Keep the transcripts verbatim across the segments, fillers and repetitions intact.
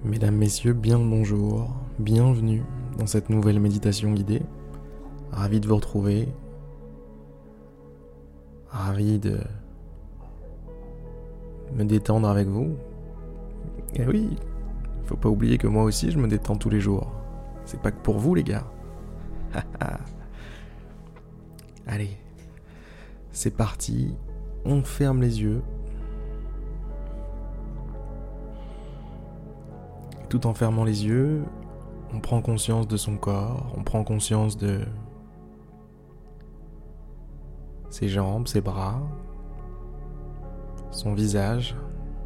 Mesdames, Messieurs, bien le bonjour, bienvenue dans cette nouvelle méditation guidée. Ravi de vous retrouver, ravi de me détendre avec vous. Et oui, faut pas oublier que moi aussi je me détends tous les jours. C'est pas que pour vous les gars. Allez, c'est parti, on ferme les yeux. Et tout en fermant les yeux, on prend conscience de son corps, on prend conscience de ses jambes, ses bras, son visage.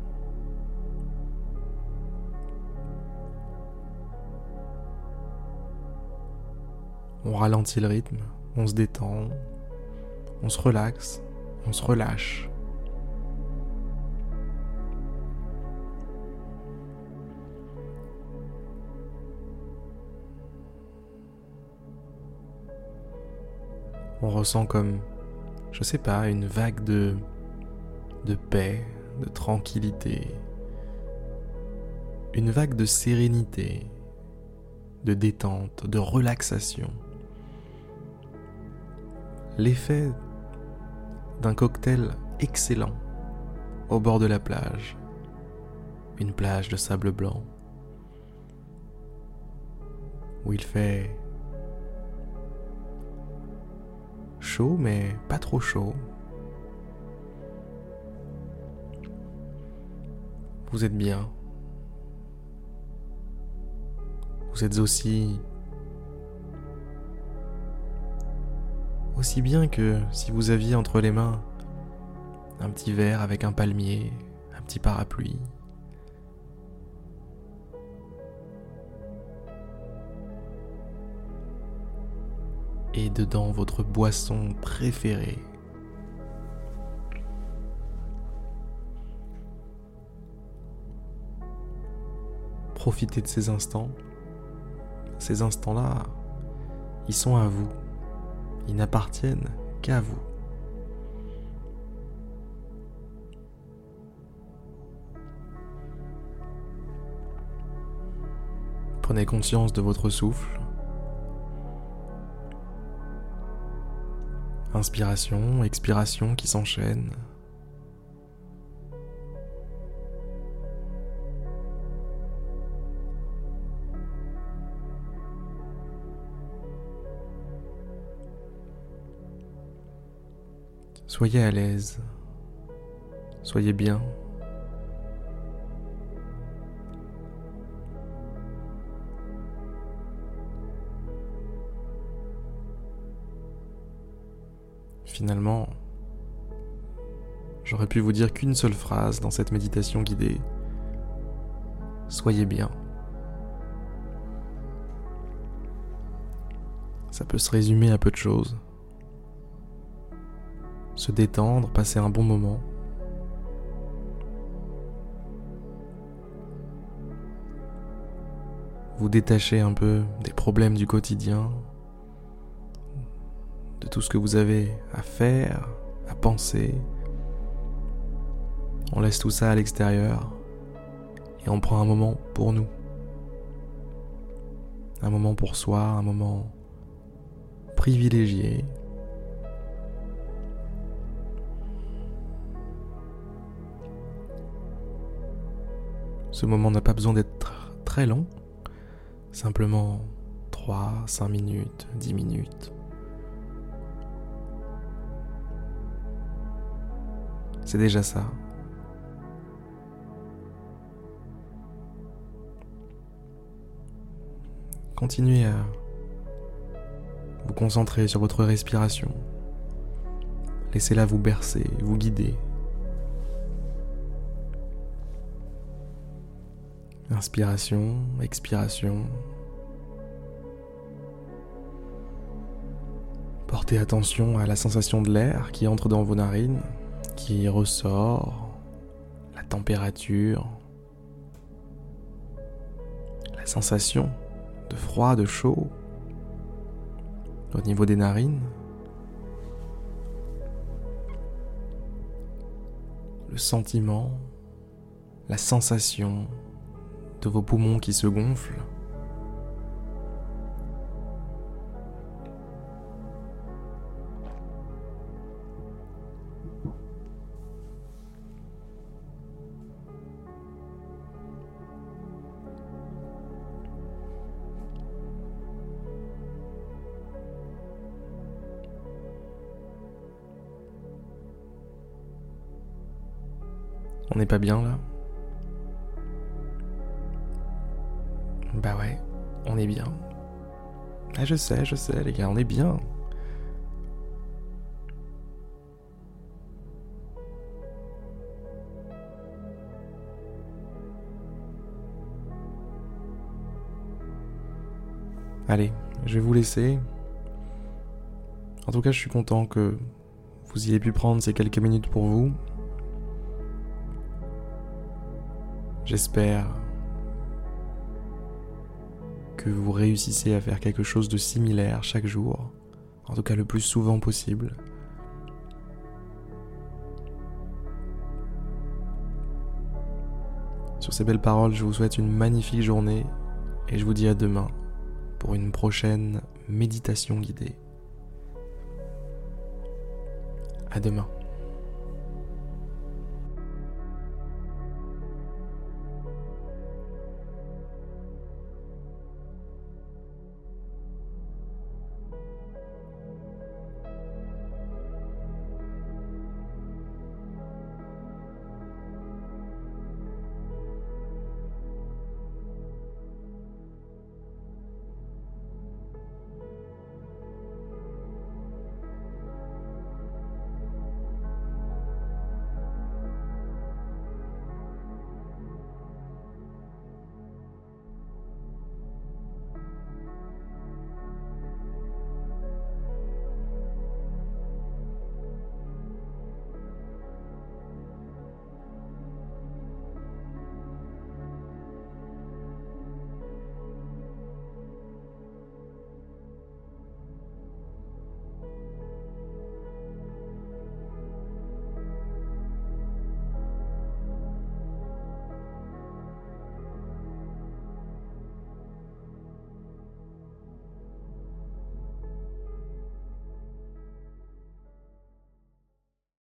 On ralentit le rythme, on se détend, on se relaxe, on se relâche. On ressent comme, je sais pas, une vague de, de paix, de tranquillité, une vague de sérénité, de détente, de relaxation. L'effet d'un cocktail excellent au bord de la plage, une plage de sable blanc, où il fait chaud mais pas trop chaud. Vous êtes bien. Vous êtes aussi aussi bien que si vous aviez entre les mains un petit verre avec un palmier, un petit parapluie. Et dedans votre boisson préférée. Profitez de ces instants. Ces instants-là, ils sont à vous. Ils n'appartiennent qu'à vous. Prenez conscience de votre souffle. Inspiration, expiration qui s'enchaînent. Soyez à l'aise. Soyez bien. Finalement, j'aurais pu vous dire qu'une seule phrase dans cette méditation guidée. Soyez bien. Ça peut se résumer à peu de choses. Se détendre, passer un bon moment. Vous détacher un peu des problèmes du quotidien, de tout ce que vous avez à faire, à penser. On laisse tout ça à l'extérieur et on prend un moment pour nous. Un moment pour soi, un moment privilégié. Ce moment n'a pas besoin d'être très long, simplement trois, cinq minutes, dix minutes. C'est déjà ça. Continuez à vous concentrer sur votre respiration. Laissez-la vous bercer, vous guider. Inspiration, expiration. Portez attention à la sensation de l'air qui entre dans vos narines, qui ressort, la température, la sensation de froid, de chaud au niveau des narines. Le sentiment, la sensation de vos poumons qui se gonflent. On n'est pas bien là? Bah ouais, on est bien. Ah, je sais, je sais les gars, on est bien. Allez, je vais vous laisser. En tout cas, je suis content que vous ayez pu prendre ces quelques minutes pour vous. J'espère que vous réussissez à faire quelque chose de similaire chaque jour, en tout cas le plus souvent possible. Sur ces belles paroles, je vous souhaite une magnifique journée et je vous dis à demain pour une prochaine méditation guidée. À demain.